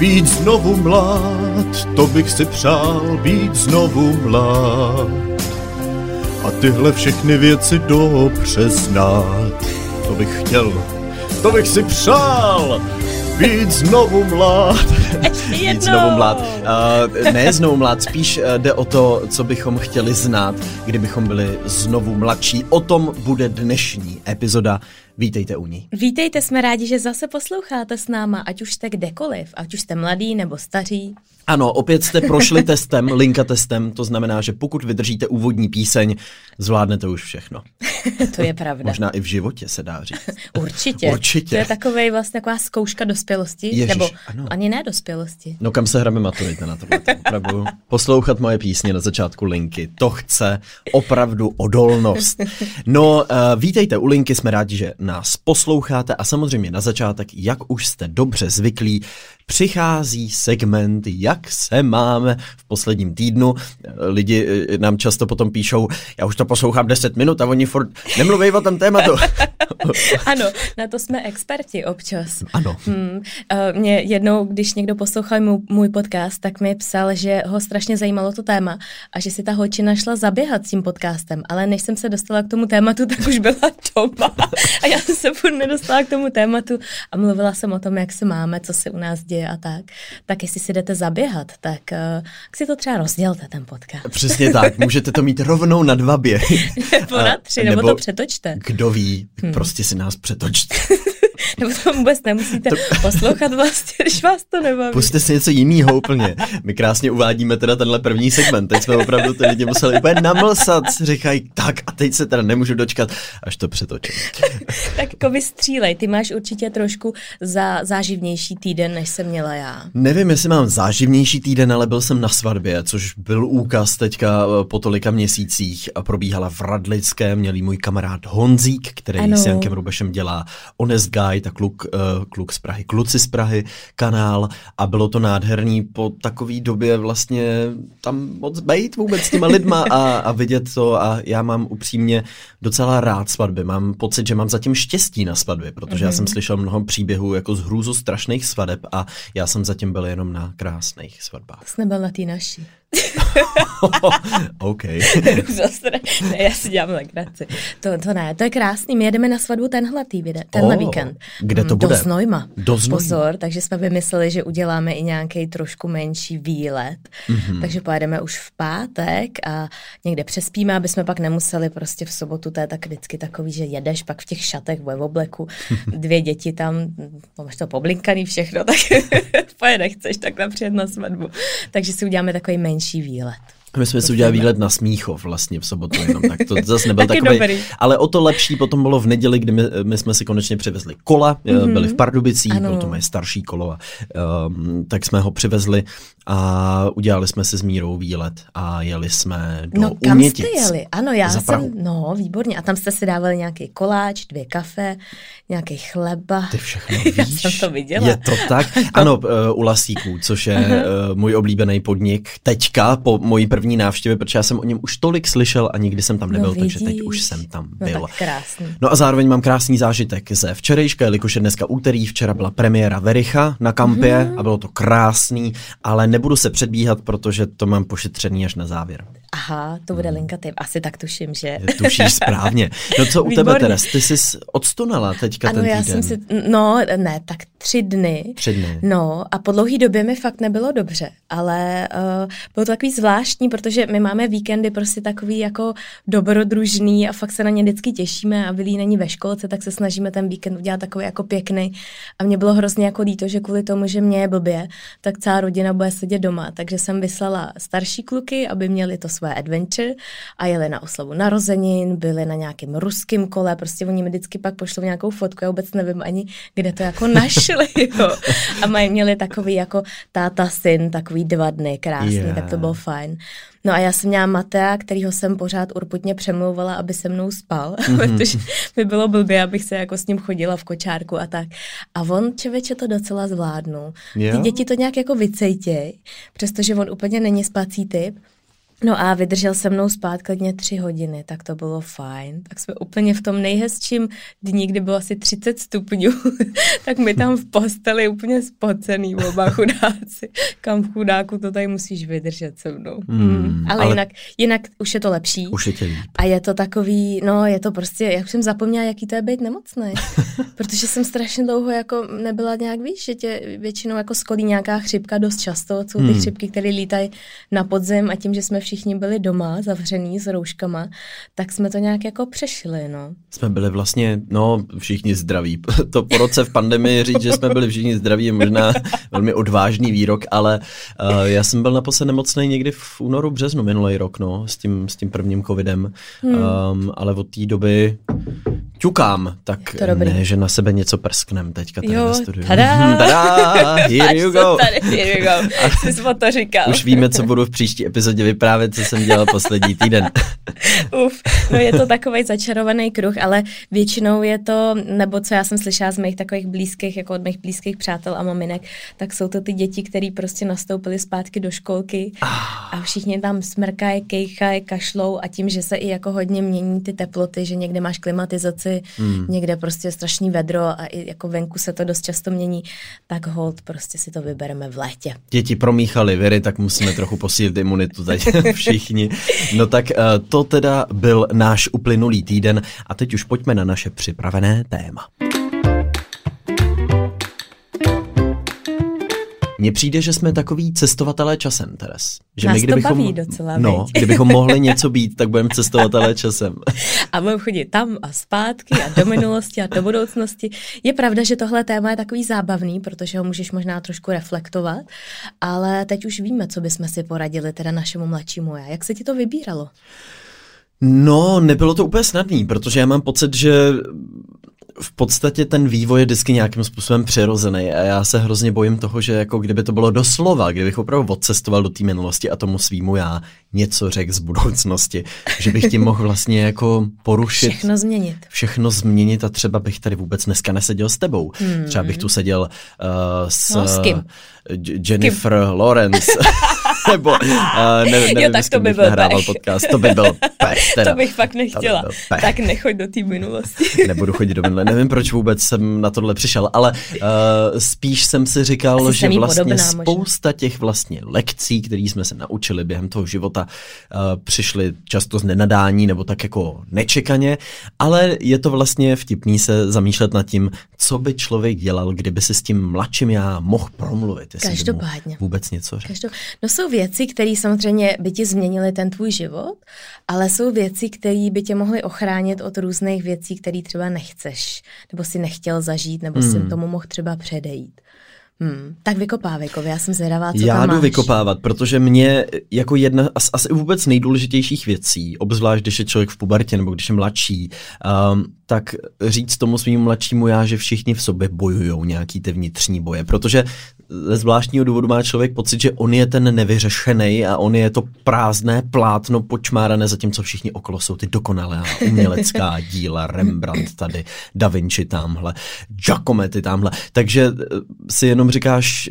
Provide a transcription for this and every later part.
Být znovu mlád, to bych si přál, být znovu mlád. A tyhle všechny věci dobře znát. To bych chtěl, to bych si přál, být znovu mlád. Být znovu mlád. Ne znovu mlád, spíš jde o to, co bychom chtěli znát, kdybychom byli znovu mladší. O tom bude dnešní epizoda. Vítejte u ní. Vítejte, jsme rádi, že zase posloucháte s náma, ať už jste kdekoliv, ať už jste mladý nebo staří. Ano, opět jste prošli testem, linka testem, to znamená, že pokud vydržíte úvodní píseň, zvládnete už všechno. To je pravda. Možná i v životě se dá říct. Určitě. To je taková zkouška dospělosti, Ježiš, nebo ano. ani ne dospělosti. No kam se hrabe maturita na tohle, opravdu. Poslouchat moje písně na začátku linky, to chce opravdu odolnost. No, vítejte u linky, jsme rádi, že nás posloucháte a samozřejmě na začátek, jak už jste dobře zvyklí, přichází segment Jak se máme v posledním týdnu. Lidi nám často potom píšou, já už to poslouchám 10 minut a oni furt nemluví o tom tématu. Ano, na to jsme experti občas. Ano. Mě jednou, když někdo poslouchal můj podcast, tak mi psal, že ho strašně zajímalo to téma a že si ta holčina šla zaběhat s tím podcastem, ale než jsem se dostala k tomu tématu, tak už byla doma a já jsem se furt nedostala k tomu tématu a mluvila jsem o tom, jak se máme, co se u nás děje a tak. Tak jestli si jdete zaběhat, tak si to třeba rozdělte, ten podcast. Přesně tak, můžete to mít rovnou na 2 běhy. Nebo na 3, nebo to přetočte. Kdo ví, prostě si nás přetočte. Nebo to vůbec nemusíte poslouchat vlastně, když vás to nebaví. Pusťte si něco jinýho úplně. My krásně uvádíme teda tenhle první segment. Teď jsme opravdu ty lidi museli úplně namlsat. Říkají tak a teď se teda nemůžu dočkat, až to přetočím. Tak jako vystřílej, ty máš určitě trošku záživnější týden, než jsem měla já. Nevím, jestli mám záživnější týden, ale byl jsem na svatbě, což byl úkaz teďka po tolika měsících a probíhala v Radlickém, měl můj kamarád Honzík, který s Jankem Rubešem dělá Honest Guy, tak kluk z Prahy, kluci z Prahy, kanál a bylo to nádherný po takový době vlastně tam moc bejt vůbec s těma lidma a vidět to a já mám upřímně docela rád svatby, mám pocit, že mám zatím štěstí na svatbě, protože já jsem slyšel mnoho příběhů jako z hrůzu strašných svadeb a já jsem zatím byl jenom na krásných svatbách. Jsi nebyl na té naší. OK. Ne, já si dělám legraci. To ne, to je krásný. My jedeme na svatbu tenhle víkend. Kde to bude? Do Znojma. Do Znojma. Pozor, takže jsme vymysleli, že uděláme i nějaký trošku menší výlet. Takže pojedeme už v pátek a někde přespíme, aby jsme pak nemuseli prostě v sobotu, to je tak vždycky takový, že jedeš pak v těch šatech v obleku, 2 děti tam, máš to poblinkaný všechno, tak nechceš takhle přijet na svatbu. Takže si uděláme takový menší výlet. My jsme si udělali výlet na Smíchov vlastně v sobotu jenom, tak to zase nebyl takový. Ale o to lepší potom bylo v neděli, kdy my jsme si konečně přivezli kola, byli v Pardubicích, bylo to moje starší kolo, tak jsme ho přivezli a udělali jsme si s Mírou výlet a jeli jsme do Umětic. Kam jste jeli? Ano, výborně. A tam jste si dávali nějaký koláč, 2 kafe, nějaký chleba. Ty všechno víš? Já jsem to viděla. Je to tak? Ano, u Lasíků, což je můj oblíbený podnik teďka po mojí první návštěvě, protože já jsem o něm už tolik slyšel a nikdy jsem tam nebyl, takže teď už jsem tam byl. No tak krásný. No a zároveň mám krásný zážitek ze včerejška, jelikož je dneska úterý, včera byla premiéra Vericha na kampě a bylo to krásný, ale nebudu se předbíhat, protože to mám pošetřený až na závěr. Aha, to bude linka typ. Asi tak tuším, že... Tušíš správně. No co u tebe, Teres? Ty jsi odstunala teďka ten týden. Ano, já jsem si... tak 3 dny. 3 dny. No a po dlouhý době mi fakt nebylo dobře, ale bylo to takový zvláštní, protože my máme víkendy prostě takový jako dobrodružný a fakt se na ně vždycky těšíme a Vilí není ve školce, tak se snažíme ten víkend udělat takový jako pěkný. A mě bylo hrozně jako líto, že kvůli tomu, že mě je blbě, tak celá rodina bude sedět doma. Takže jsem vyslala starší kluky, aby měli to své adventure a jeli na oslavu narozenin, byli na nějakém ruském kole, prostě oni mi vždycky pak pošlou nějakou fotku, já vůbec nevím ani, kde to jako našli, jo. A měli takový jako táta, syn, takový 2 dny krásný, tak to bylo fajn. No a já jsem měla Matea, kterýho jsem pořád urputně přemlouvala, aby se mnou spal, protože mi bylo blbě, abych se jako s ním chodila v kočárku a tak. A on, čověče, to docela zvládnul. Ty děti to nějak jako vycejtěj, přestože on úplně není spací typ. No a vydržel se mnou spát klidně 3 hodiny, tak to bylo fajn. Tak jsme úplně v tom nejhezčím dní, kdy bylo asi 30 stupňů, tak my tam v posteli úplně spocený oba chudáci. Kam chudáku to tady musíš vydržet se mnou. Ale jinak už je to lepší. Už je tě líp. A je to takový, no je to prostě, jak jsem zapomněla, jaký to je být nemocnej. Protože jsem strašně dlouho jako nebyla nějak, víš, že tě většinou jako skolí nějaká chřipka dost často. Jsou ty chřipky, které lítají na podzim a tím, že jsme všichni byli doma, zavřený s rouškama, tak jsme to nějak jako přešli, no. Jsme byli vlastně, všichni zdraví. To po roce v pandemii říct, že jsme byli všichni zdraví, je možná velmi odvážný výrok, ale já jsem byl naposled nemocnej někdy v únoru, březnu minulý rok, s tím prvním covidem, ale od té doby ťukám, tak ne, že na sebe něco prsknem teďka tady ve studiu. Tada, here you go. Here you go. Jsi o to říkal. Už víme, co budu v příští epizodě vyprávět, co jsem dělal poslední týden. No je to takovej začarovaný kruh, ale většinou je to, nebo co já jsem slyšela z mých takových blízkých, jako od mých blízkých přátel a maminek, tak jsou to ty děti, který prostě nastoupili zpátky do školky a všichni tam smrkají, kejchají, kašlou a tím, že se i jako hodně mění ty teploty, že někde máš klimatizaci, někde prostě strašný vedro a i jako venku se to dost často mění, tak hold prostě si to vybereme v létě. Děti promíchaly viry, tak musíme trochu posílit imunitu teď všichni. No tak to teda byl náš uplynulý týden a teď už pojďme na naše připravené téma. Mně přijde, že jsme takový cestovatelé časem, Teres. Že nás my, to baví docela, kdybychom mohli něco být, tak budeme cestovatelé časem. A budeme chodit tam a zpátky a do minulosti a do budoucnosti. Je pravda, že tohle téma je takový zábavný, protože ho můžeš možná trošku reflektovat, ale teď už víme, co bychom si poradili teda našemu mladšímu já. Jak se ti to vybíralo? No, nebylo to úplně snadný, protože já mám pocit, že v podstatě ten vývoj je vždycky nějakým způsobem přirozený a já se hrozně bojím toho, že jako kdyby to bylo doslova, kdybych opravdu odcestoval do té minulosti a tomu svýmu já něco řekl z budoucnosti, že bych tím mohl vlastně jako porušit. Všechno změnit a třeba bych tady vůbec dneska neseděl s tebou. Třeba bych tu seděl s kým? Jennifer Lawrence. Nebo nevím, tak to by byl nahrával podcast. To by byl pech. To bych fakt nechtěla. Tak nechoď do té minulosti. Nebudu chodit do minulosti. Nevím, proč vůbec jsem na tohle přišel, ale spíš jsem si říkal, asi že vlastně podobná, spousta možná těch vlastně lekcí, které jsme se naučili během toho života, přišly často z nenadání nebo tak jako nečekaně, ale je to vlastně vtipný se zamýšlet nad tím, co by člověk dělal, kdyby si s tím mladším já mohl promluvit. Každopádně. Vůbec něco řekl. No jsou věci, které samozřejmě by ti změnily ten tvůj život, ale jsou věci, které by tě mohly ochránit od různých věcí, které třeba nechceš, nebo si nechtěl zažít, nebo si tomu mohl třeba předejít. Tak vykopávej, já jsem zvědavá, co tam máš. Já jdu vykopávat, protože mě jako jedna asi vůbec nejdůležitějších věcí, obzvlášť když je člověk v pubertě nebo když je mladší, tak říct tomu svým mladšímu já, že všichni v sobě bojujou nějaký ty vnitřní boje, protože ze zvláštního důvodu má člověk pocit, že on je ten nevyřešený a on je to prázdné plátno počmárané, zatímco všichni okolo jsou ty dokonalé umělecká díla, Rembrandt tady, Da Vinci tamhle, Giacometti tamhle, takže si jenom říkáš,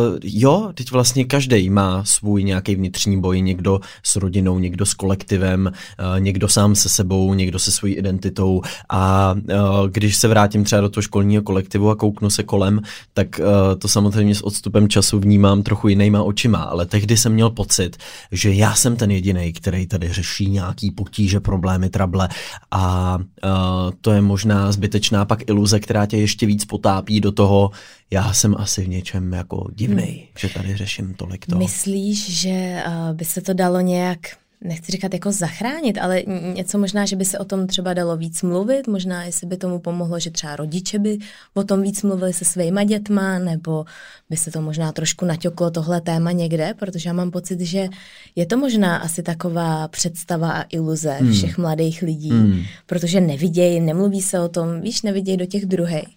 teď vlastně každej má svůj nějaký vnitřní boj, někdo s rodinou, někdo s kolektivem, někdo sám se sebou, někdo se svojí identitou a když se vrátím třeba do toho školního kolektivu a kouknu se kolem, tak to samozřejmě s odstupem času vnímám trochu jinýma očima, ale tehdy jsem měl pocit, že já jsem ten jedinej, který tady řeší nějaký potíže, problémy, trable a to je možná zbytečná pak iluze, která tě ještě víc potápí do toho, já jsem asi v něčem jako divnej, že tady řeším tolik toho. Myslíš, že by se to dalo nějak, nechci říkat jako zachránit, ale něco možná, že by se o tom třeba dalo víc mluvit, možná jestli by tomu pomohlo, že třeba rodiče by o tom víc mluvili se svýma dětma, nebo by se to možná trošku naťuklo tohle téma někde, protože já mám pocit, že je to možná asi taková představa a iluze všech mladých lidí, protože nevidějí, nemluví se o tom, víš, nevidějí do těch druhých.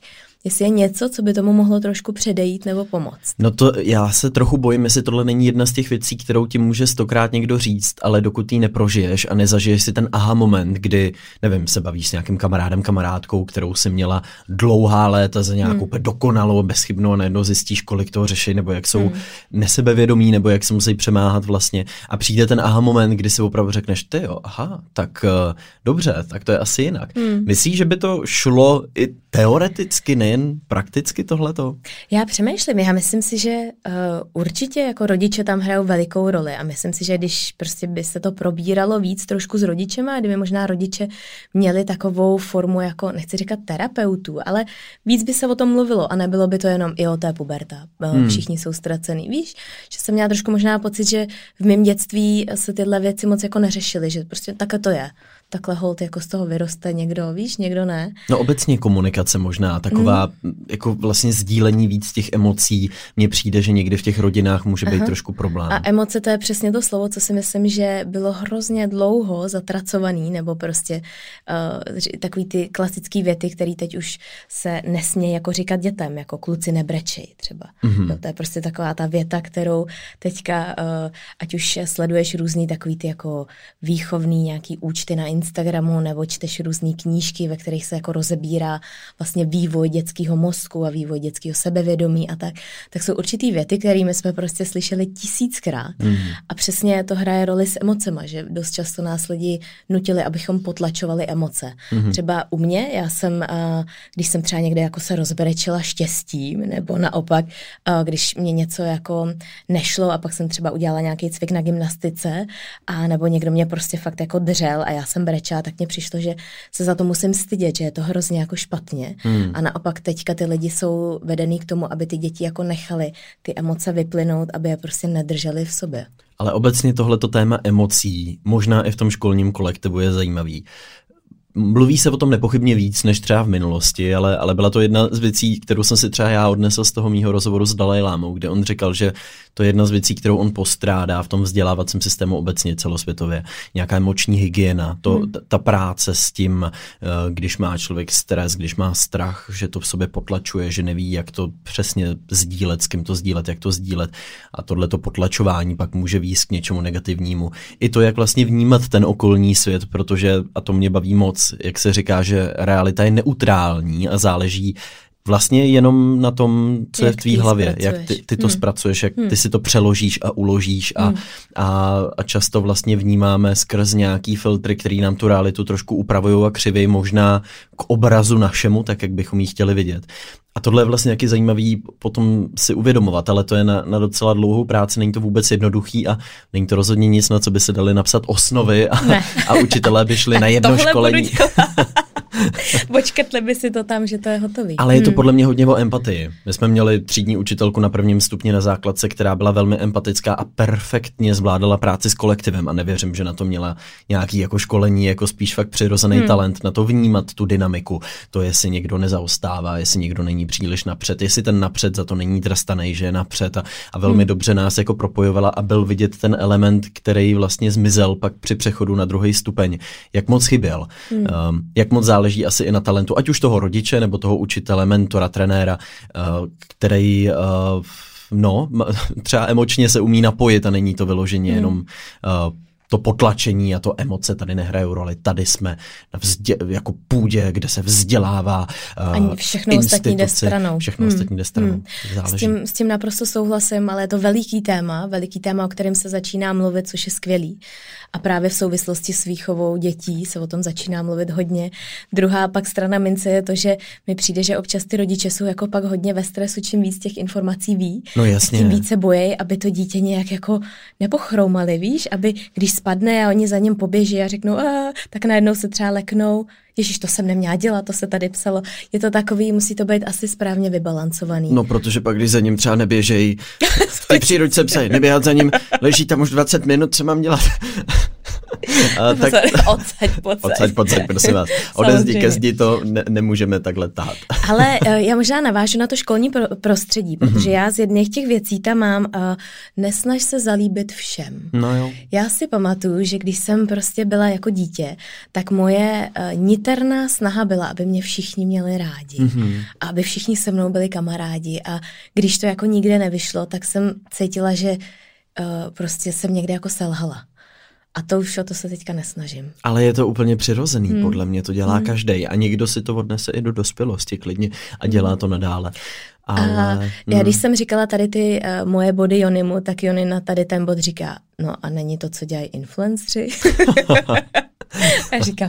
Jestli je něco, co by tomu mohlo trošku předejít nebo pomoct. No to já se trochu bojím, jestli tohle není jedna z těch věcí, kterou ti může 100krát někdo říct, ale dokud ji neprožiješ a nezažiješ si ten aha moment, kdy, nevím, se bavíš s nějakým kamarádem, kamarádkou, kterou si měla dlouhá léta za nějakou dokonalou, bezchybnou a najednou zjistíš, kolik toho řeší, nebo jak jsou nesebevědomí, nebo jak se musí přemáhat vlastně. A přijde ten aha moment, kdy si opravdu řekneš, ty jo, aha, tak dobře, tak to je asi jinak. Myslíš, že by to šlo i teoreticky, nejen prakticky tohleto? Já přemýšlím, já myslím si, že určitě jako rodiče tam hrajou velikou roli a myslím si, že když prostě by se to probíralo víc trošku s rodičema, kdyby možná rodiče měli takovou formu jako, nechci říkat terapeutů, ale víc by se o tom mluvilo a nebylo by to jenom to je puberta, všichni jsou ztracený. Víš, že jsem měla trošku možná pocit, že v mém dětství se tyhle věci moc jako neřešily, že prostě takhle to je. Takhle holt jako z toho vyroste někdo, víš, někdo ne. No obecně komunikace možná, taková jako vlastně sdílení víc těch emocí. Mně přijde, že někdy v těch rodinách může být trošku problém. A emoce, to je přesně to slovo, co si myslím, že bylo hrozně dlouho zatracovaný, nebo prostě takový ty klasický věty, které teď už se nesmějí jako říkat dětem, jako kluci nebrečej třeba. Jo, to je prostě taková ta věta, kterou teďka, ať už sleduješ různý takový ty jako výchovný nějaký účty na Instagramu nebo čteš různý knížky, ve kterých se jako rozebírá vlastně vývoj dětského mozku a vývoj dětského sebevědomí a tak jsou určitý věty, kterými jsme prostě slyšeli 1000krát. A přesně to hraje roli s emocema, že dost často nás lidi nutili, abychom potlačovali emoce. Třeba u mě, já jsem, když jsem třeba někde jako se rozberečila štěstím, nebo naopak, když mě něco jako nešlo a pak jsem třeba udělala nějaký cvik na gymnastice a nebo někdo mě prostě fakt jako držel a já jsem brečela, tak mně přišlo, že se za to musím stydět, že je to hrozně jako špatně. A naopak teďka ty lidi jsou vedený k tomu, aby ty děti jako nechali ty emoce vyplynout, aby je prostě nedrželi v sobě. Ale obecně tohleto téma emocí, možná i v tom školním kolektivu je zajímavý. Mluví se o tom nepochybně víc než třeba v minulosti, ale byla to jedna z věcí, kterou jsem si třeba já odnesl z toho mýho rozhovoru s Dalajlámou, kde on říkal, že to je jedna z věcí, kterou on postrádá v tom vzdělávacím systému obecně celosvětově. Nějaká emoční hygiena, ta práce s tím, když má člověk stres, když má strach, že to v sobě potlačuje, že neví, jak to přesně sdílet, s kým to sdílet, jak to sdílet. A tohleto potlačování pak může vést k něčemu negativnímu. I to, jak vlastně vnímat ten okolní svět, protože, a to mě baví moc, jak se říká, že realita je neutrální a záleží vlastně jenom na tom, co jak je v tvý hlavě, jak ty to zpracuješ, jak ty si to přeložíš a uložíš a často vlastně vnímáme skrz nějaký filtry, který nám tu realitu trošku upravují a křiví možná k obrazu našemu, tak jak bychom ji chtěli vidět. A tohle je vlastně nějaký zajímavý potom si uvědomovat, ale to je na docela dlouhou práci, není to vůbec jednoduchý a není to rozhodně nic, na co by se dali napsat osnovy a učitelé by šli na jedno školení. Počketli by si to tam, že to je hotový. Ale je to podle mě hodně o empatii. My jsme měli třídní učitelku na 1. stupni na základce, která byla velmi empatická a perfektně zvládala práci s kolektivem a nevěřím, že na to měla nějaký jako školení, jako spíš fakt přirozený talent na to vnímat tu dynamiku. To jestli někdo nezaostává, jestli někdo není příliš napřed, jestli ten napřed za to není trestanej, že je napřed a velmi dobře nás jako propojovala a byl vidět ten element, který vlastně zmizel pak při přechodu na 2. stupeň. Jak moc chyběl, jak moc záleží asi i na talentu, ať už toho rodiče, nebo toho učitele, mentora, trenéra, který třeba emočně se umí napojit a není to vyloženě jenom to potlačení a to emoce tady nehrajou roli. Tady jsme na jako půdě, kde se vzdělává ani všechno ostatní jde stranou. Všechno ostatní jde stranou. S tím naprosto souhlasím, ale je to veliký téma, o kterém se začíná mluvit, což je skvělý. A právě v souvislosti s výchovou dětí se o tom začíná mluvit hodně. Druhá pak strana mince je to, že mi přijde, že občas ty rodiče jsou jako pak hodně ve stresu, čím víc těch informací ví, tím víc se bojí, aby to dítě nějak jako nepochroumali, víš, aby když spadne a oni za ním poběží a řeknou, tak najednou se třeba leknou, ježiš, to jsem neměla dělat, to se tady psalo. Je to takový, musí to být asi správně vybalancovaný. No, protože pak, když za ním třeba neběžejí, v té příručce psají, neběhat za ním, leží tam už 20 minut, co mám dělat? Odsaď, prosím vás. Ode zdi ke zdi to nemůžeme takhle tát. Ale já možná navážu na to školní prostředí, protože já z jedných těch věcí tam mám nesnaž se zalíbit všem. No jo. Já si pamatuju, že když jsem prostě byla jako dítě, tak moje niterná snaha byla, aby mě všichni měli rádi. A aby všichni se mnou byli kamarádi. A když to jako nikde nevyšlo, tak jsem cítila, že prostě jsem někde jako selhala. A to už o to se teďka nesnažím. Ale je to úplně přirozený, podle mě to dělá každej. A někdo si to odnese i do dospělosti klidně a dělá to nadále. Ale, já když jsem říkala tady ty moje body Jonimu, tak Jonina tady ten bod říká, no a není to, co dělají influenceři? A říkám,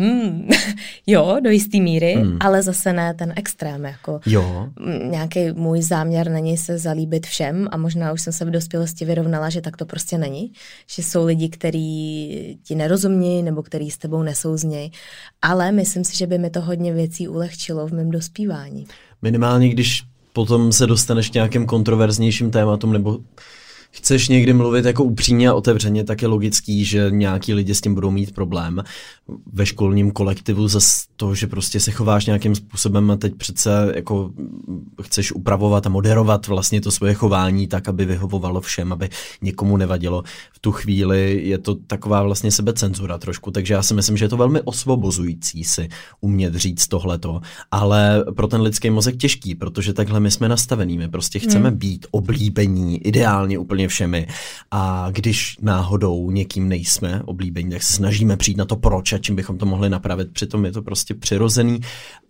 jo, do jistý míry, ale zase ne ten extrém, jako nějaký můj záměr není se zalíbit všem a možná už jsem se v dospělosti vyrovnala, že tak to prostě není, že jsou lidi, kteří ti nerozumí nebo kteří s tebou nesouznějí, ale myslím si, že by mi to hodně věcí ulehčilo v mém dospívání. Minimálně, když potom se dostaneš k nějakým kontroverznějším tématům nebo chceš někdy mluvit jako upřímně a otevřeně, tak je logický, že nějaký lidi s tím budou mít problém. Ve školním kolektivu zase to, že prostě se chováš nějakým způsobem a teď přece jako chceš upravovat a moderovat vlastně to svoje chování tak, aby vyhovovalo všem, aby nikomu nevadilo. V tu chvíli je to taková vlastně sebecenzura trošku, takže já si myslím, že je to velmi osvobozující si umět říct tohleto, ale pro ten lidský mozek těžký, protože takhle my jsme nastavený, my prostě chceme být oblíbení, ideálně úplně všemi a když náhodou někým nejsme oblíbení, tak se snažíme přijít na to proč a čím bychom to mohli napravit, přitom je to prostě přirozený,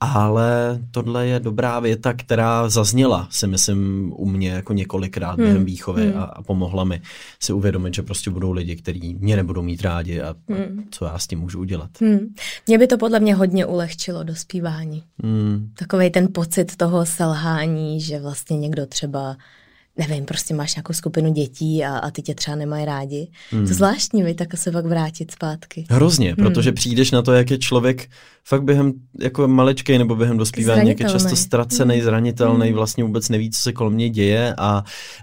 ale tohle je dobrá věta, která zazněla, si myslím, u mě jako několikrát během výchovy a pomohla mi si uvědomit, že prostě budou lidi, kteří mě nebudou mít rádi a co já s tím můžu udělat. Mě by to podle mě hodně ulehčilo dospívání. Takovej ten pocit toho selhání, že vlastně někdo třeba nevím, prostě máš nějakou skupinu dětí a ty tě třeba nemají rádi. To zvláštní, vy, tak se pak vrátit zpátky. Hrozně, protože přijdeš na to, jak je člověk fakt během jako malečkej nebo během dospívání, jak je často ztracený, zranitelný, vlastně vůbec neví, co se kolem něj děje a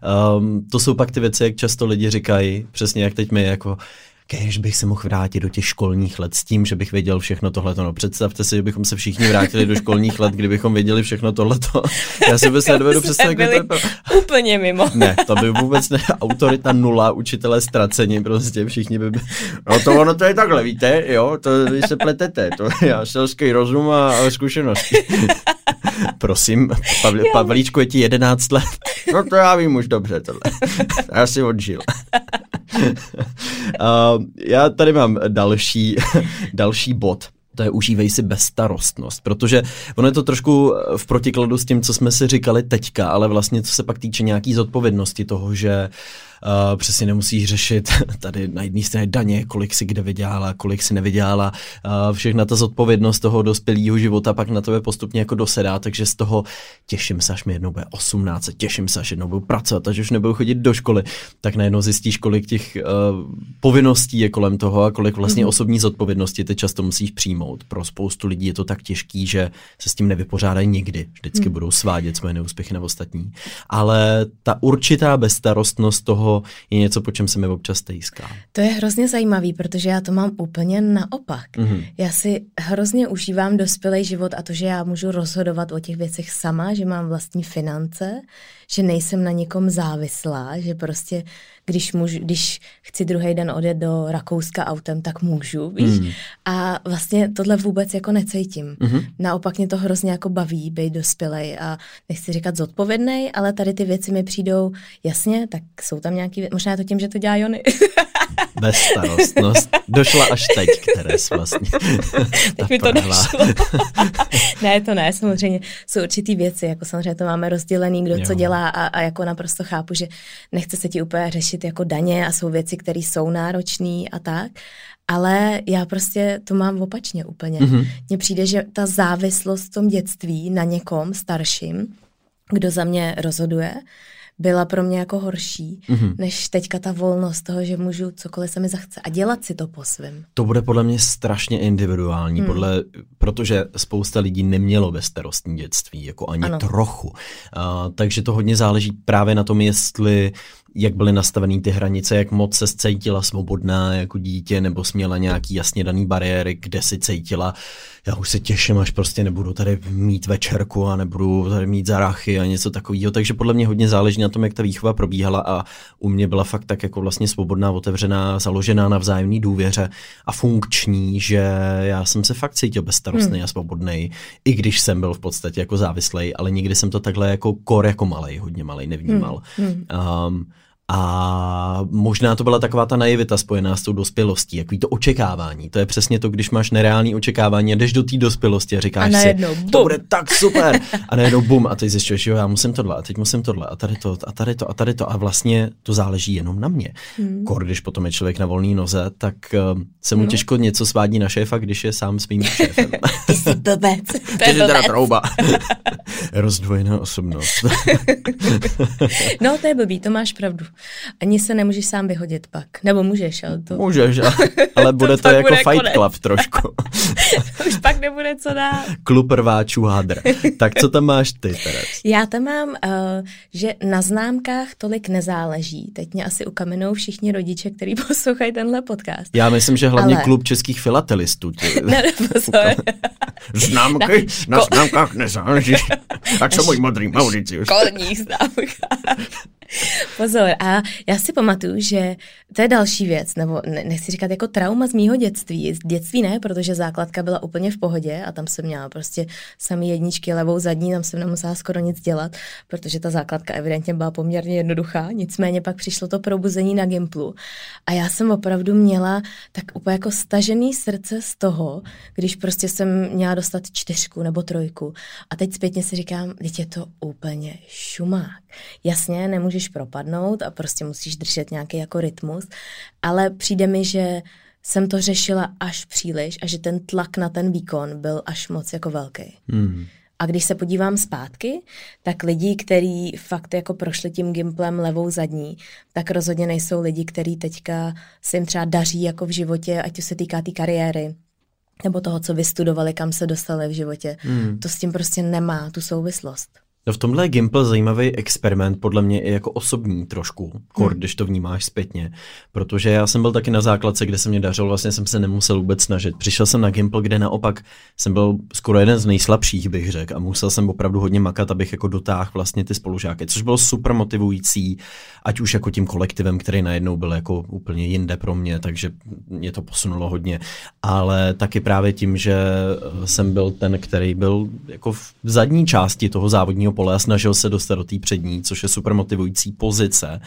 to jsou pak ty věci, jak často lidi říkají, přesně jak teď my jako kéž bych se mohl vrátit do těch školních let s tím, že bych věděl všechno tohleto. No, představte si, že bychom se všichni vrátili do školních let, kdybychom věděli všechno tohleto. Já si vůbec nedovedu představit, jak to je úplně mimo. Ne, to by vůbec ne. Autorita nula, učitelé ztraceni, prostě všichni by... No ono to je takhle, víte, jo, to vy se pletete, to je selský rozum a zkušenosti. Prosím, Pavlíčku, je ti 11 let. No to já vím už dobře tohle. Já si odžil. Já tady mám další bod. To je užívej si bezstarostnost, protože ono je to trošku v protikladu s tím, co jsme si říkali teďka, ale vlastně co se pak týče nějaký zodpovědnosti toho, že přesně nemusíš řešit tady na jedné straně daně, kolik si kde vydělala, kolik si nevydělala, všechna ta zodpovědnost toho dospělého života pak na tebe postupně jako dosedá, takže z toho těším se, až mi jednou bude 18, těším se, až jednou budu pracovat, až už nebudu chodit do školy, tak najednou zjistíš, kolik těch povinností je kolem toho a kolik vlastně osobní zodpovědnosti ty často musíš přijmout. Pro spoustu lidí je to tak těžký, že se s tím nevypořádají nikdy, vždycky budou svádět svoje neúspěchy na ostatní. Ale ta určitá bezstarostnost toho je něco, po čem se mi občas stejská. To je hrozně zajímavý, protože já to mám úplně naopak. Já si hrozně užívám dospělý život a to, že já můžu rozhodovat o těch věcech sama, že mám vlastní finance, že nejsem na nikom závislá, že prostě když chci druhý den odjet do Rakouska autem, tak můžu, víš? A vlastně tohle vůbec jako necítím. Naopak mě to hrozně jako baví být dospělej a nechci říkat zodpovědnej, ale tady ty věci mi přijdou, jasně, tak jsou tam nějaký, možná je to tím, že to dělá Jony. Bezstarostnost došla až teď, Teres vlastně. Teď mi to došlo. Ne, to ne, samozřejmě jsou určitý věci, jako samozřejmě to máme rozdělený, kdo co dělá a jako naprosto chápu, že nechce se ti úplně řešit jako daně a jsou věci, které jsou náročné a tak, ale já prostě to mám opačně úplně. Mně přijde, že ta závislost v tom dětství na někom starším, kdo za mě rozhoduje, byla pro mě jako horší, než teďka ta volnost toho, že můžu cokoliv se mi zachce a dělat si to po svém. To bude podle mě strašně individuální, protože spousta lidí nemělo bezstarostní dětství, jako ani trochu. Takže to hodně záleží právě na tom, jestli jak byly nastavený ty hranice, jak moc se cítila svobodná jako dítě, nebo směla nějaký jasně daný bariéry, kde si cítila. Já už se těším, až prostě nebudu tady mít večerku a nebudu tady mít zarachy a něco takového. Takže podle mě hodně záleží na tom, jak ta výchova probíhala a u mě byla fakt tak jako vlastně svobodná, otevřená, založená na vzájemné důvěře a funkční, že já jsem se fakt cítil bezstarostný a svobodný, i když jsem byl v podstatě jako závislej, ale nikdy jsem to takhle jako jako malej, hodně malej nevnímal. A možná to byla taková ta naivita spojená s tou dospělostí, jaký to očekávání. To je přesně to, když máš nereální očekávání a jdeš do té dospělosti a říkáš si, to bude tak super. A najednou bum a teď zjišťuješ, že jo, já musím tohle a teď musím tohle a tady to a tady to a tady to a vlastně to záleží jenom na mě. Když potom je člověk na volný noze, tak se mu těžko něco svádí na šéfa, když je sám svým šéfem. Ty jsi blbec. Ty jsi teda trouba. Rozdvojená osobnost. No to je blbý, to máš pravdu. Ani se nemůžeš sám vyhodit pak. Nebo můžeš, ale to... Můžeš, ale bude to jako Fight konec. Club trošku. Už pak nebude co dát. Klub rváčů hadr. Tak co tam máš ty, Teres? Já tam mám, že na známkách tolik nezáleží. Teď mě asi ukamenou všichni rodiče, kteří poslouchají tenhle podcast. Já myslím, že hlavně klub českých filatelistů. Známky na známkách nezáleží. Tak jsou můj modrý Mauricius. Školních známkách. Pozor, a já si pamatuju, že to je další věc, nebo nechci říkat jako trauma z mýho dětství. Z dětství ne, protože základka byla úplně v pohodě a tam jsem měla prostě samý jedničky, levou, zadní, tam jsem nemusela skoro nic dělat, protože ta základka evidentně byla poměrně jednoduchá, nicméně pak přišlo to probuzení na Gimplu a já jsem opravdu měla tak úplně jako stažený srdce z toho, když prostě jsem měla dostat 4 nebo 3 a teď zpětně si říkám, teď je to úplně šumák. Jasně, nemůžeš propadnout a prostě musíš držet nějaký jako rytmus, ale přijde mi, že jsem to řešila až příliš a že ten tlak na ten výkon byl až moc jako velký. A když se podívám zpátky, tak lidi, kteří fakt jako prošli tím Gimplem levou zadní, tak rozhodně nejsou lidi, kteří teďka se jim třeba daří jako v životě, ať to se týká té kariéry, nebo toho, co vystudovali, kam se dostali v životě. To s tím prostě nemá tu souvislost. No v tomhle je Gimple zajímavý experiment, podle mě i jako osobní trošku, když to vnímáš zpětně, protože já jsem byl taky na základce, kde se mě dařilo, vlastně jsem se nemusel vůbec snažit. Přišel jsem na Gimple, kde naopak jsem byl skoro jeden z nejslabších, bych řekl, a musel jsem opravdu hodně makat, abych jako dotáhl vlastně ty spolužáky, což bylo super motivující, ať už jako tím kolektivem, který najednou byl jako úplně jinde pro mě, takže mě to posunulo hodně, ale taky právě tím, že jsem byl ten, který byl jako v zadní části toho závodního pole a snažil se dostat do té přední, což je super motivující pozice,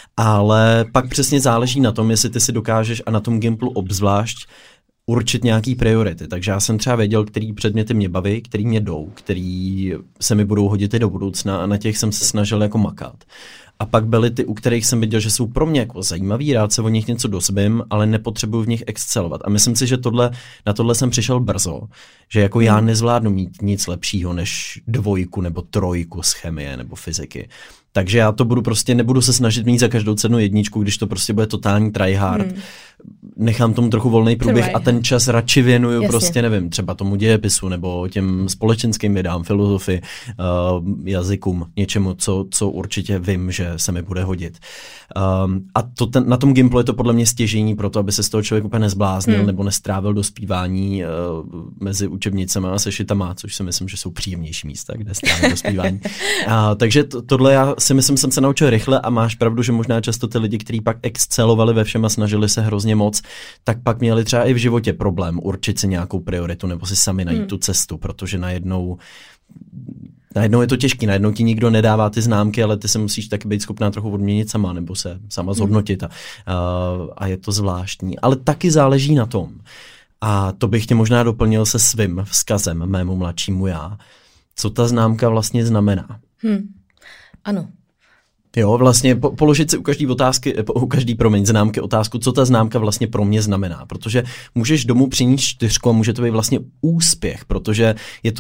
ale pak přesně záleží na tom, jestli ty si dokážeš a na tom Gimplu obzvlášť určit nějaký priority. Takže já jsem třeba věděl, který předměty mě baví, který mě jdou, který se mi budou hodit i do budoucna a na těch jsem se snažil jako makat. A pak byly ty, u kterých jsem viděl, že jsou pro mě jako zajímavý, rád se o nich něco dozvím, ale nepotřebuji v nich excelovat. A myslím si, že na tohle jsem přišel brzo, že jako já nezvládnu mít nic lepšího než 2 nebo 3 z chemie nebo fyziky. Takže já to nebudu se snažit mít za každou cenu 1, když to prostě bude totální tryhard. Nechám tomu trochu volný průběh a ten čas radši věnuju prostě, nevím, třeba tomu dějepisu nebo těm společenským vědám, filozofii, jazykům, něčemu, co určitě vím, že se mi bude hodit. A na tom Gimplu je to podle mě stěžení pro to, aby se z toho člověk úplně nezbláznil nebo nestrávil dospívání mezi učebnicema a sešitama, což si myslím, že jsou příjemnější místa, kde strávit dospívání. Takže tohle já si myslím, jsem se naučil rychle a máš pravdu, že možná často ty lidi, kteří pak excelovali ve všem a snažili se hrozně moc, tak pak měli třeba i v životě problém určit si nějakou prioritu nebo si sami najít tu cestu, protože najednou je to těžký, najednou ti nikdo nedává ty známky, ale ty se musíš taky být schopná trochu odměnit sama nebo se sama zhodnotit a je to zvláštní. Ale taky záleží na tom. A to bych tě možná doplnil se svým vzkazem mému mladšímu já. Co ta známka vlastně znamená? Ano. Jo, vlastně položit si u každý známky otázku, co ta známka vlastně pro mě znamená, protože můžeš domů přinést 4 a může to být vlastně úspěch, protože je to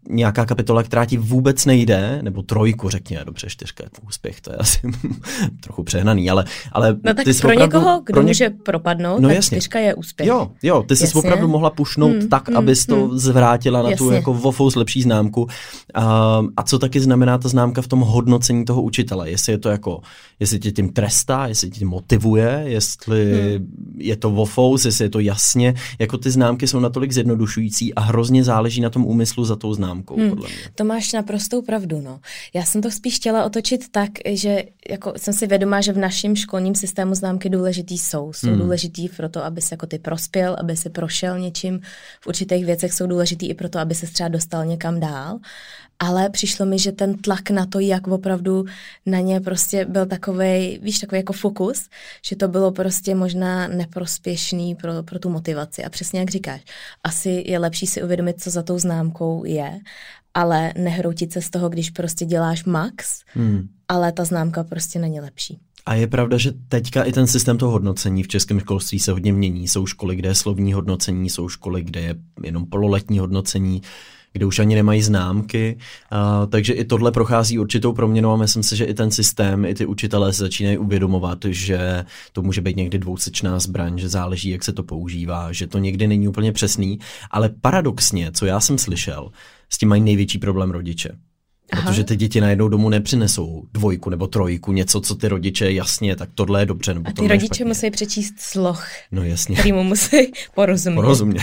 nějaká kapitola, která ti vůbec nejde, nebo 3, řekněme, dobře, 4 je to úspěch, to je asi trochu přehnaný, ale no tak ty pro opravdu, někoho, kdo může propadnout, tak jasně. 4 je úspěch. Jo, ty jsi opravdu mohla pušnout tak, abys to zvrátila na tu jako wofous lepší známku. A co taky znamená ta známka v tom hodnocení toho učitele? Jestli je to jako, jestli tě tím trestá, jestli tě tím motivuje, jestli je to wofous, jestli je to jasně, jako ty známky jsou natolik zjednodušující a hrozně záleží na tom úmyslu za tou známkou, podle mě. To máš naprostou pravdu, no. Já jsem to spíš chtěla otočit tak, že jako jsem si vědomá, že v našem školním systému známky důležitý jsou důležitý pro to, aby se jako ty prospěl, aby se prošel něčím, v určitých věcech jsou důležitý i pro to, aby se třeba dostal někam dál. Ale přišlo mi, že ten tlak na to, jak opravdu na ně prostě byl takovej, víš, takový jako fokus, že to bylo prostě možná neprospěšný pro tu motivaci. A přesně jak říkáš, asi je lepší si uvědomit, co za tou známkou je, ale nehroutit se z toho, když prostě děláš max, ale ta známka prostě není lepší. A je pravda, že teďka i ten systém toho hodnocení v českém školství se hodně mění. Jsou školy, kde je slovní hodnocení, jsou školy, kde je jenom pololetní hodnocení, kde už ani nemají známky, takže i tohle prochází určitou proměnou a myslím si, že i ten systém, i ty učitelé se začínají uvědomovat, že to může být někdy dvousečná zbraň, že záleží, jak se to používá, že to někdy není úplně přesný, ale paradoxně, co já jsem slyšel, s tím mají největší problém rodiče. Protože ty děti najednou domů nepřinesou 2 nebo 3, něco, co ty rodiče jasně, tak tohle je dobře, nebo tohle je špatně. A ty rodiče musí přečíst sloh, no jasně, kterýmu musí porozumět.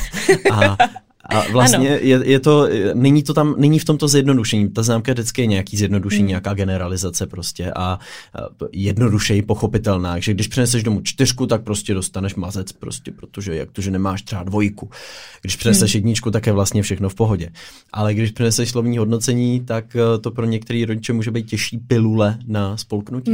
A vlastně je to, není v tomto zjednodušení. Ta známka vždycky je nějaký zjednodušení, nějaká generalizace prostě a jednodušeji pochopitelná. Takže když přineseš domů 4, tak prostě dostaneš mazec prostě, protože jak to, že nemáš třeba 2. Když přineseš 1, tak je vlastně všechno v pohodě. Ale když přineseš slovní hodnocení, tak to pro některý rodiče může být těžší pilule na spolknutí.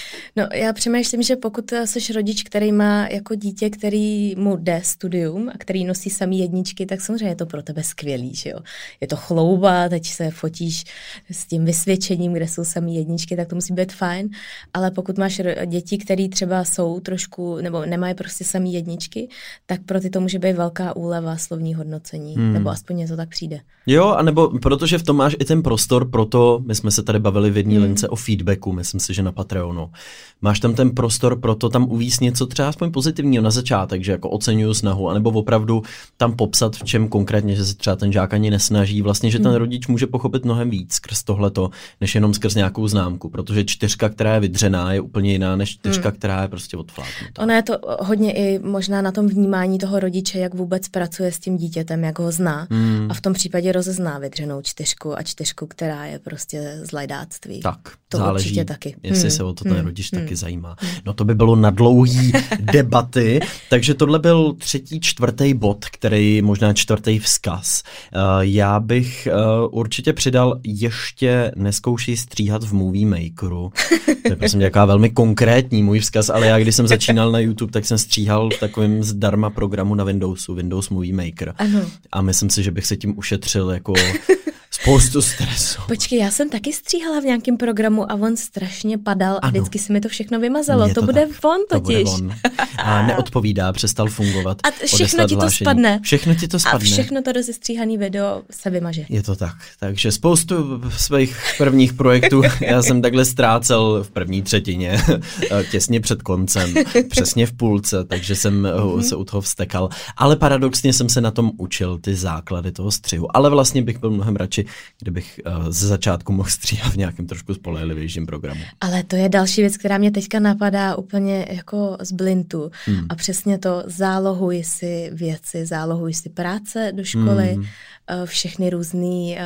No já přemýšlím, že pokud jsi rodič, který má jako dítě, který mu jde studium a který nosí samý 1, tak samozřejmě je to pro tebe skvělý, že jo. Je to chlouba, teď se fotíš s tím vysvědčením, kde jsou samý 1, tak to musí být fajn, ale pokud máš děti, které třeba jsou trošku, nebo nemají prostě samý 1, tak pro ty to může být velká úleva slovní hodnocení, nebo aspoň něco tak přijde. Jo, anebo protože v tom máš i ten prostor pro to, my jsme se tady bavili v jedné lince o feedbacku, myslím si, že na Patreonu. Máš tam ten prostor pro to tam uvíct něco třeba aspoň pozitivního na začátek, že jako oceňuju snahu, anebo opravdu tam popsat, v čem konkrétně, že se třeba ten žák ani nesnaží, vlastně, že ten rodič může pochopit mnohem víc skrz tohleto, než jenom skrz nějakou známku, protože 4, která je vydřená, je úplně jiná než 4, která je prostě odfláknutá. Ono je to hodně i možná na tom vnímání toho rodiče, jak vůbec pracuje s tím dítětem, jak ho zná a v tom případě rozezná vydřenou 4 a 4, která je prostě z lajdáctví. Tak, to záleží, určitě taky. Jestli se o to ten rodič taky zajímá. No to by bylo na dlouhý debaty, takže tohle byl 3., 4. bod, který možná 4. vzkaz. Já bych určitě přidal ještě neskoušej stříhat v Movie Makeru. To je prostě nějaká velmi konkrétní můj vzkaz, ale já když jsem začínal na YouTube, tak jsem stříhal v takovém zdarma programu na Windowsu, Windows Movie Maker. Ano. A myslím si, že bych se tím ušetřil jako spoustu stresu. Počkej, já jsem taky stříhala v nějakém programu a on strašně padal a vždycky se mi to všechno vymazalo. To bude tak. On totiž. To bude on. A neodpovídá, přestal fungovat. A všechno ti to spadne. Všechno ti to spadne. A všechno to rozestříhaný video se vymaže. Je to tak. Takže spoustu svých prvních projektů já jsem takhle ztrácel v první třetině, těsně před koncem, přesně v půlce, takže jsem se u toho vztekal. Ale paradoxně jsem se na tom učil ty základy toho střihu. Ale vlastně bych byl mnohem radši, kdybych ze začátku mohl stříhat v nějakém trošku spolehlivějším programu. Ale to je další věc, která mě teďka napadá úplně jako z blintu. A přesně to, zálohuj si věci, zálohuj si práce do školy, všechny různý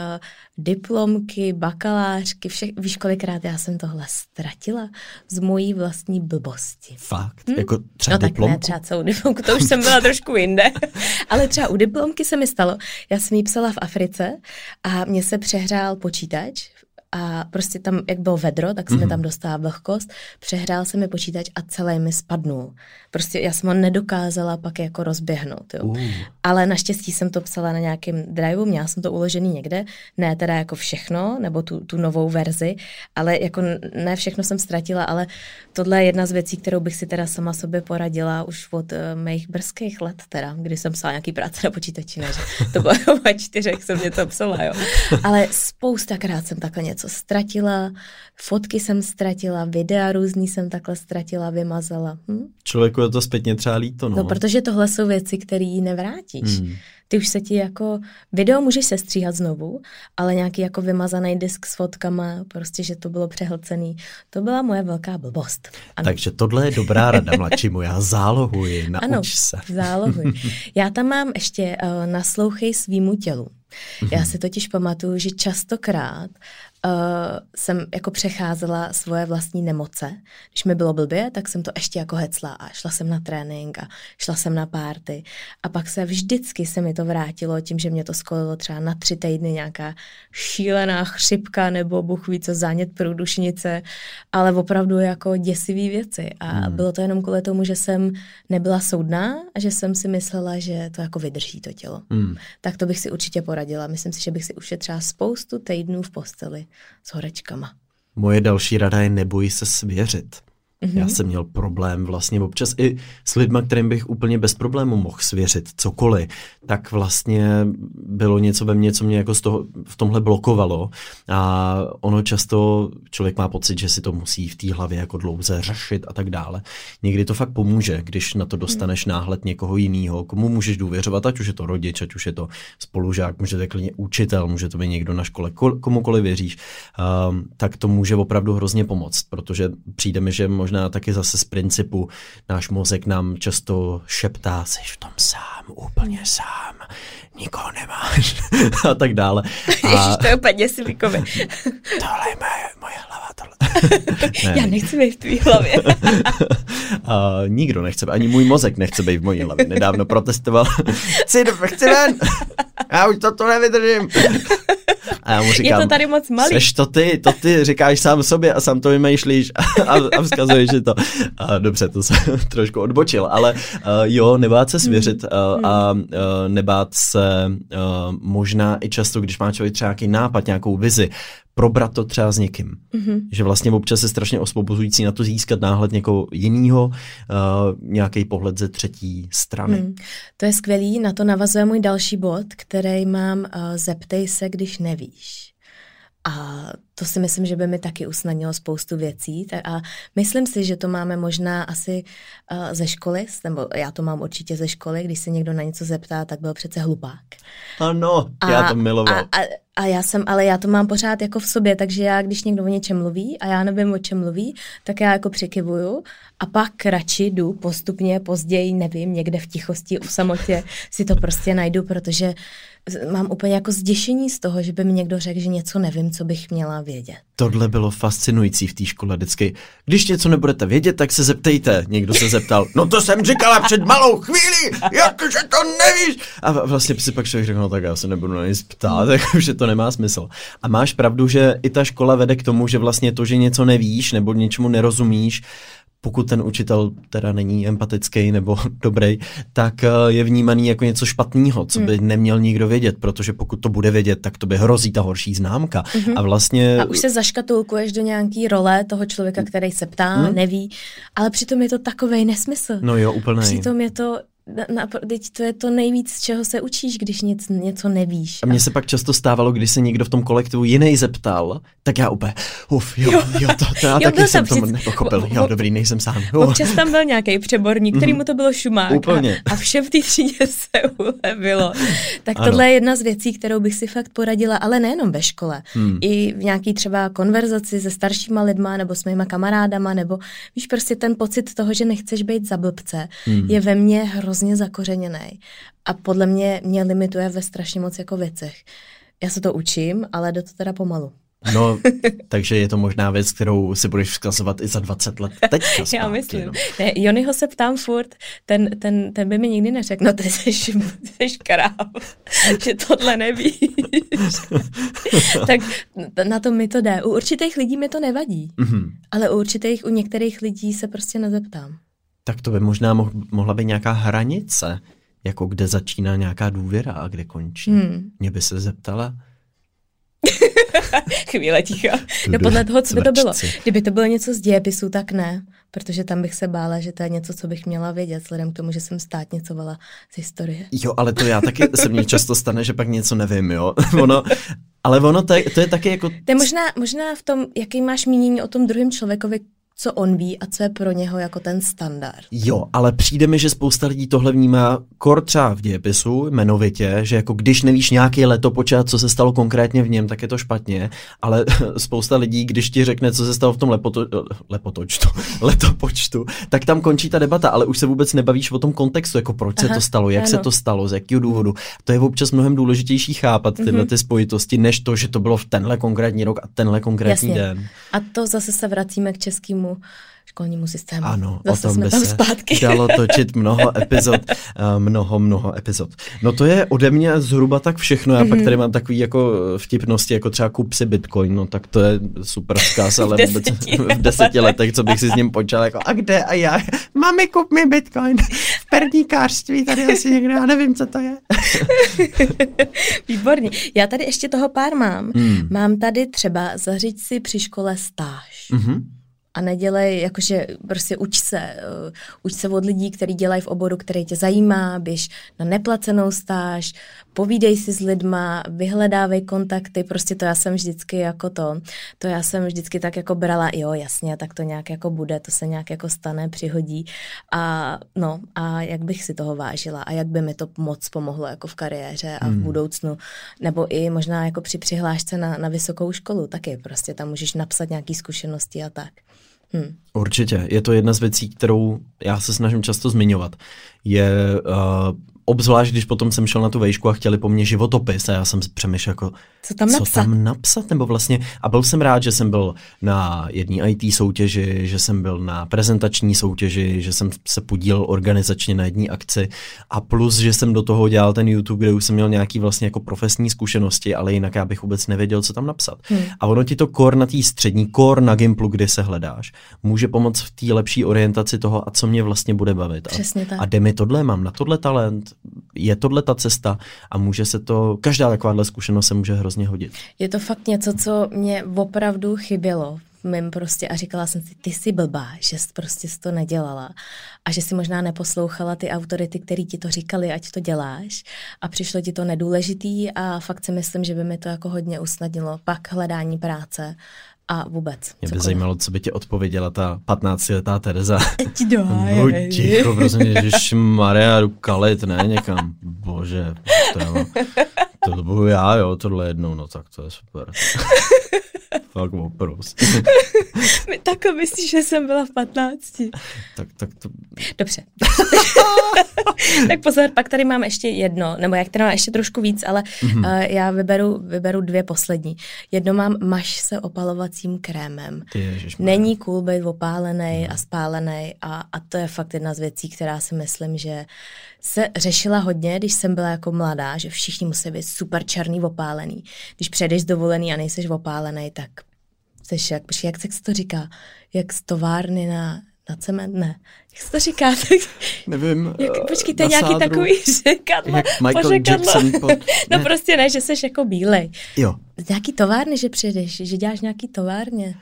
diplomky, bakalářky, víš, kolikrát já jsem tohle ztratila z mojí vlastní blbosti. Fakt? Jako třeba diplomku? Tak ne, třeba celou diplomku, to už jsem byla trošku jinde. Ale třeba u diplomky se mi stalo, já jsem ji psala v Africe a mně se přehrál počítač a prostě tam, jak bylo vedro, tak se mi tam dostala vlhkost, přehrál se mi počítač a celý mi spadnul. Prostě já jsem ho nedokázala pak jako rozběhnout, jo. Ale naštěstí jsem to psala na nějakém driveu, měla jsem to uložený někde, ne teda jako všechno, nebo tu novou verzi, ale jako ne všechno jsem ztratila, ale tohle je jedna z věcí, kterou bych si teda sama sobě poradila už od mých brzkých let teda, kdy jsem psala nějaký práce na počítači, ne, že to bylo o 4, jsem něco psala, jo. Ale spoustakrát jsem takhle něco ztratila, fotky jsem ztratila, videa různý jsem takhle ztratila, vymazala. Člověku je to zpětně třeba líto, no. No, protože tohle jsou věci, které nevrátíš. Ty už se ti jako, video můžeš sestříhat znovu, ale nějaký jako vymazaný disk s fotkama, prostě, že to bylo přehlcený, to byla moje velká blbost. Ano. Takže tohle je dobrá rada mladšímu, já zálohuji, nauč se. Ano, zálohuji. Já tam mám ještě naslouchej svýmu tělu. Já si totiž pamatuju, že častokrát jsem jako přecházela svoje vlastní nemoce. Když mi bylo blbě, tak jsem to ještě jako hecla a šla jsem na trénink a šla jsem na párty. A pak vždycky se mi to vrátilo tím, že mě to skolilo třeba na 3 týdny nějaká šílená chřipka nebo Bůh ví co, zánět průdušnice, ale opravdu jako děsivý věci. A bylo to jenom kvůli tomu, že jsem nebyla soudná a že jsem si myslela, že to jako vydrží to tělo. Tak to bych si určitě poradila. Myslím si, že bych si ušetřila spoustu týdnů v posteli s horečkama. Moje další rada je neboj se svěřit. Já jsem měl problém vlastně občas i s lidma, kterým bych úplně bez problému mohl svěřit cokoliv, tak vlastně bylo něco ve mně, co mě jako v tomhle blokovalo a ono často člověk má pocit, že si to musí v té hlavě jako dlouze řešit a tak dále. Někdy to fakt pomůže, když na to dostaneš náhled někoho jiného, komu můžeš důvěřovat, ať už je to rodič, ať už je to spolužák, může to klidně učitel, může to být někdo na škole, komukoliv věříš, tak to může opravdu hrozně pomoct, protože přijde mi, že možná taky zase z principu náš mozek nám často šeptá, jsi v tom sám, úplně sám, nikoho nemáš a tak dále. Ježiš, to je úplně děsivýkové. Tohle je moje hlava, tohle. Já nechci být v tvý hlavě. Nikdo nechce, ani můj mozek nechce být v mojí hlavě. Nedávno protestoval. Chci ven! Já už to nevydržím. A já mu říkám, je to tady moc malý. Seš to ty říkáš sám sobě a sám to vymýšlíš a vzkazuješ si to. Dobře, to jsem trošku odbočil, ale jo, nebát se svěřit a nebát se možná i často, když má člověk třeba nějaký nápad, nějakou vizi, probrat to třeba s někým. Že vlastně občas je strašně osvobozující na to získat náhled někoho jinýho, nějaký pohled ze třetí strany. To je skvělý, na to navazuje můj další bod, který mám zeptej se, když nevíš. A to si myslím, že by mi taky usnadnilo spoustu věcí. A myslím si, že to máme možná asi ze školy, nebo já to mám určitě ze školy, když se někdo na něco zeptá, tak byl přece hlupák. Ano, já to miloval. Ale já to mám pořád jako v sobě, takže já, když někdo o něčem mluví a já nevím, o čem mluví, tak já jako přikyvuju a pak radši jdu postupně, později, nevím, někde v tichosti, u samotě si to prostě najdu, protože mám úplně jako zděšení z toho, že by mi někdo řekl, že něco nevím, co bych měla vědět. Tohle bylo fascinující v té škole vždycky. Když něco nebudete vědět, tak se zeptejte. Někdo se zeptal, no to jsem říkala před malou chvíli, jakože to nevíš. A vlastně si pak člověk řekl, no tak já se nebudu na nic ptát, takže to nemá smysl. A máš pravdu, že i ta škola vede k tomu, že vlastně to, že něco nevíš nebo něčemu nerozumíš, pokud ten učitel teda není empatický nebo dobrý, tak je vnímaný jako něco špatného, co by neměl nikdo vědět, protože pokud to bude vědět, tak to by hrozí ta horší známka. A vlastně... A už se zaškatulkuješ do nějaký role toho člověka, který se ptá, neví, ale přitom je to takovej nesmysl. No jo, úplně. Přitom je to... Teď to je to nejvíc, z čeho se učíš, když něco nevíš. A mně se pak často stávalo, když se někdo v tom kolektivu jiný zeptal, tak já úplně, to já taky jsem to nepochopil. Jo, dobrý, nejsem sám. Občas tam byl nějaký přeborník, kterýmu to bylo šumák. Úplně. A všem v té třídě se ulevilo. Tak tohle je jedna z věcí, kterou bych si fakt poradila, ale nejenom ve škole. I v nějaký třeba konverzaci se staršíma lidma nebo s mýma kamarádama, nebo víš, prostě ten pocit toho, že nechceš být za blbce, je ve mně hrozně zakořeněnej. A podle mě limituje ve strašně moc jako věcech. Já se to učím, ale jde to teda pomalu. No, takže je to možná věc, kterou si budeš vzkazovat i za 20 let teďka zpátky. Já myslím. No. Ne, Jonyho se ptám furt, ten by mi nikdy neřekl, no ty jsi kráv, že tohle nevíš. Tak na to mi to jde. U určitých lidí mi to nevadí, ale u některých lidí se prostě nezeptám. Tak to by možná mohla být nějaká hranice, jako kde začíná nějaká důvěra a kde končí. Mě by se zeptala. Chvíle ticha. No podle toho, co by to bylo. Kdyby to bylo něco z dějepisů, tak ne, protože tam bych se bála, že to je něco, co bych měla vědět, vzhledem k tomu, že jsem státnicovala z historie. Jo, ale to já taky se mně často stane, že pak něco nevím, jo. Ono to je taky jako... To je možná v tom, jaký máš mínění o tom druhém člověkovi, co on ví a co je pro něho jako ten standard. Jo, ale přijde mi, že spousta lidí tohle vnímá kor třeba v dějepisu, jmenovitě, že jako když nevíš nějaký letopočet, co se stalo konkrétně v něm, tak je to špatně, ale spousta lidí, když ti řekne, co se stalo v tom letopočtu, tak tam končí ta debata, ale už se vůbec nebavíš o tom kontextu, jako proč se to stalo, jak se to stalo, z jakého důvodu. To je občas mnohem důležitější chápat tyhle ty spojitosti, než to, že to bylo v tenhle konkrétní rok a tenhle konkrétní den. A to zase se vracíme k českému školnímu systému. Ano, zase o tom jsme by tam se zpátky. dalo točit mnoho epizod. No to je ode mě zhruba tak všechno. Já pak tady mám takový jako vtipnosti, jako třeba kup si Bitcoin, no tak to je super vzkaz, ale vůbec v 10 letech, co bych si s ním počal, jako a kde a já, mami, kup mi Bitcoin, v perníkářství, tady asi někde, já nevím, co to je. Výborně. Já tady ještě toho pár mám. Mám tady třeba zařiď si při škole stáž. A nedělej, jakože prostě uč se od lidí, kteří dělají v oboru, který tě zajímá, běž na neplacenou stáž, povídej si s lidma, vyhledávej kontakty, prostě to já jsem vždycky jako to já jsem vždycky tak jako brala, jo jasně, tak to nějak jako bude, to se nějak jako stane, přihodí a jak bych si toho vážila a jak by mi to moc pomohlo jako v kariéře a v budoucnu, nebo i možná jako při přihlášce na vysokou školu taky, prostě tam můžeš napsat nějaký zkušenosti a tak. Určitě. Je to jedna z věcí, kterou já se snažím často zmiňovat. Je obzvlášť, když potom jsem šel na tu vejšku a chtěli po mně životopis a já jsem přemýšlel jako, co tam napsat, nebo vlastně, a byl jsem rád, že jsem byl na jedné IT soutěži, že jsem byl na prezentační soutěži, že jsem se podílel organizačně na jedné akci a plus, že jsem do toho dělal ten YouTube, kde už jsem měl nějaký vlastně jako profesní zkušenosti, ale jinak já bych vůbec nevěděl, co tam napsat. A ono ti to core na té střední, core na Gimplu, kde se hledáš, může pomoct v té lepší orientaci toho, a co mě vlastně bude bavit. A jde mi tohle, mám na tohle talent, je tohle ta cesta a může se to, každá takováhle zkušenost se může hrozně hodit. Je to fakt něco, co mě opravdu chybělo v mém prostě a říkala jsem si, ty jsi blbá, že jsi prostě to nedělala a že si možná neposlouchala ty autority, který ti to říkali, ať to děláš a přišlo ti to nedůležitý a fakt si myslím, že by mi to jako hodně usnadnilo pak hledání práce a vůbec. Mě by zajímalo, co by ti odpověděla ta 15letá Tereza. No ticho, prosím, ježišmarja, jdu kalit, ne, někam. Bože, to budu já, jo, tohle jednou, no tak to je super. Fakt oprost. Tak myslíš, že jsem byla v 15. Tak to... Dobře. Tak pozor, pak tady mám ještě jedno, nebo jak teda mám ještě trošku víc, ale já vyberu dvě poslední. Jedno mám, maž se opalovacím krémem. Není cool být opálenej a spálenej a to je fakt jedna z věcí, která si myslím, že se řešila hodně, když jsem byla jako mladá, že všichni musí být super černý opálený. Když přejdeš dovolený a nejseš opálenej, tak jsi jak se to říká? Jak z továrny na cement? Ne. Jak se to říká? Nevím. Počkej, to je nějaký takový řekadlo. Jak Michael Jackson. No prostě ne, že jsi jako bílej. Jo. Nějaký továrny, že přijdeš, že děláš nějaký továrně.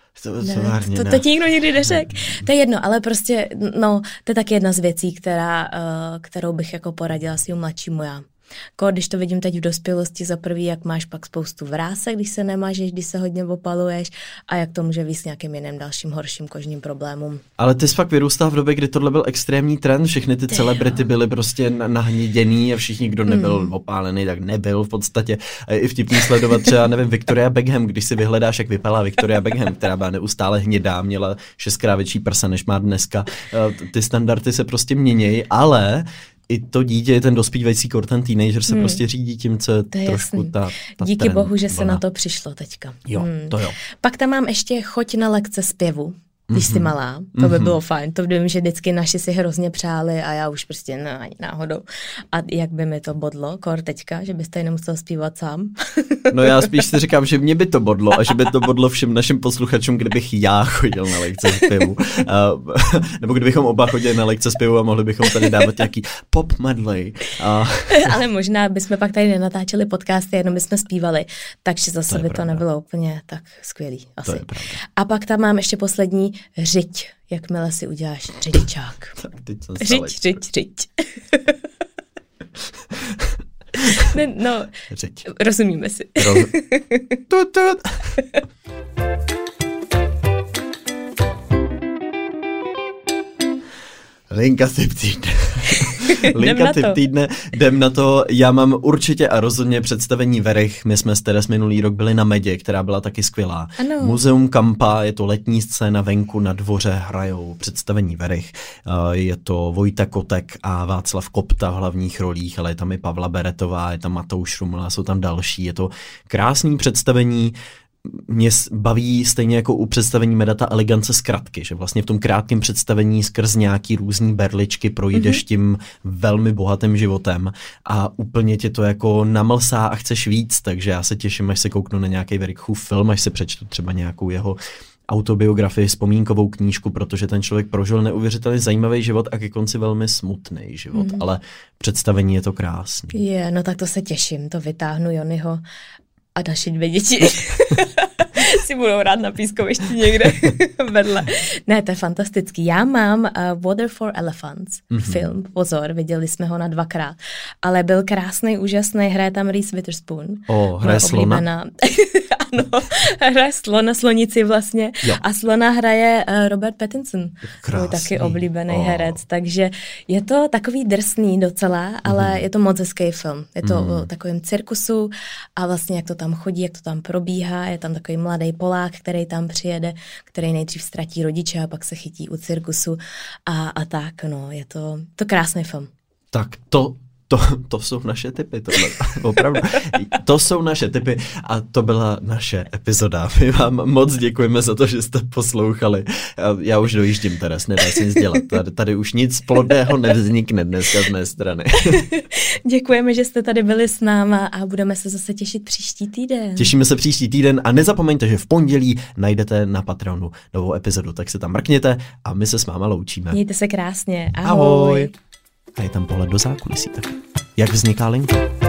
To ti nikdo nikdy neřekl. To je jedno, ale prostě, no, to je taky jedna z věcí, kterou bych jako poradila svým mladšímu já. Když to vidím teď v dospělosti za prvý, jak máš pak spoustu vrásek, když se nemážeš, když se hodně opaluješ a jak to může víc nějakým jiným dalším horším kožním problémům. Ale ty jsi pak vyrůstal v době, kdy tohle byl extrémní trend, všechny ty celebrity byly prostě nahněděný a všichni, kdo nebyl opálený, tak nebyl v podstatě. A je i vtipný sledovat třeba, nevím, Victoria Beckham, když si vyhledáš, jak vypadala Victoria Beckham, která byla neustále hnědá, měla 6krát větší prsa, než má dneska. Ty standardy se prostě měnějí, ale i to dítě, ten dospívající kor, ten teenager se prostě řídí tím, co je trošku jasný. ta Díky bohu, že se na to přišlo teďka. Jo, to jo. Pak tam mám ještě choď na lekce zpěvu. Když jsi malá, to by bylo fajn. To vím, že vždycky naši si hrozně přáli a já už prostě ani náhodou. A jak by mi to bodlo, kor teďka, že byste nemusel zpívat sám? No já spíš si říkám, že mě by to bodlo a že by to bodlo všem našim posluchačům, kdybych já chodil na lekce zpěvu. Nebo kdybychom oba chodili na lekce zpěvu a mohli bychom tady dávat nějaký pop medley. Ale možná bychom pak tady nenatáčeli podcasty, jenom bychom zpívali, takže zase by to nebylo úplně tak skvělý. Asi. To je pravda. A pak tam mám ještě poslední řiď, jakmile si uděláš řidičák. Řiď. No, řiď. Rozumíme si. Linka tip týdne. Linka tip týdne, jdem na to. Já mám určitě a rozhodně představení Verich. My jsme s Teres minulý rok byli na Medě, která byla taky skvělá. Ano. Muzeum Kampa, je to letní scéna venku na dvoře, hrajou představení Verich. Je to Vojta Kotek a Václav Kopta v hlavních rolích, ale je tam i Pavla Beretová, je tam Matouš Rumla, jsou tam další. Je to krásný představení. Mě baví stejně jako u představení Meda ta elegance zkratky, že vlastně v tom krátkém představení skrz nějaký různý berličky projdeš tím velmi bohatým životem a úplně tě to jako namlsá a chceš víc, takže já se těším, až se kouknu na nějaký Verichův film, až se přečtu třeba nějakou jeho autobiografii, vzpomínkovou knížku, protože ten člověk prožil neuvěřitelně zajímavý život a ke konci velmi smutný život, ale představení je to krásný. No tak to se těším, to vytáhnu Jonyho a další 2 děti si budou hrát na pískovišti někde vedle. Ne, to je fantastický. Já mám Water for Elephants film, pozor, viděli jsme ho na 2krát, ale byl krásný, úžasný, hraje tam Reese Witherspoon. Hraje slona? Ano, hraje slona, slonici vlastně. Jo. A slona hraje Robert Pattinson. Krásný. Taky oblíbený herec, takže je to takový drsný docela, ale je to moc hezký film. Je to o takovém cirkusu a vlastně jak to tam chodí, jak to tam probíhá, je tam takový mladý Polák, který tam přijede, který nejdřív ztratí rodiče a pak se chytí u cirkusu a tak, no, je to krásný film. Tak to jsou naše tipy, tohle, opravdu. To jsou naše tipy a to byla naše epizoda. My vám moc děkujeme za to, že jste poslouchali. Já už dojíždím, Teres, nedá se nic dělat. Tady už nic plodného nevznikne dneska z mé strany. Děkujeme, že jste tady byli s náma a budeme se zase těšit příští týden. Těšíme se příští týden a nezapomeňte, že v pondělí najdete na Patreonu novou epizodu, tak se tam mrkněte a my se s váma loučíme. Mějte se krásně. Ahoj. A je tam pohled do zákulisí taky. Jak vzniká Linka?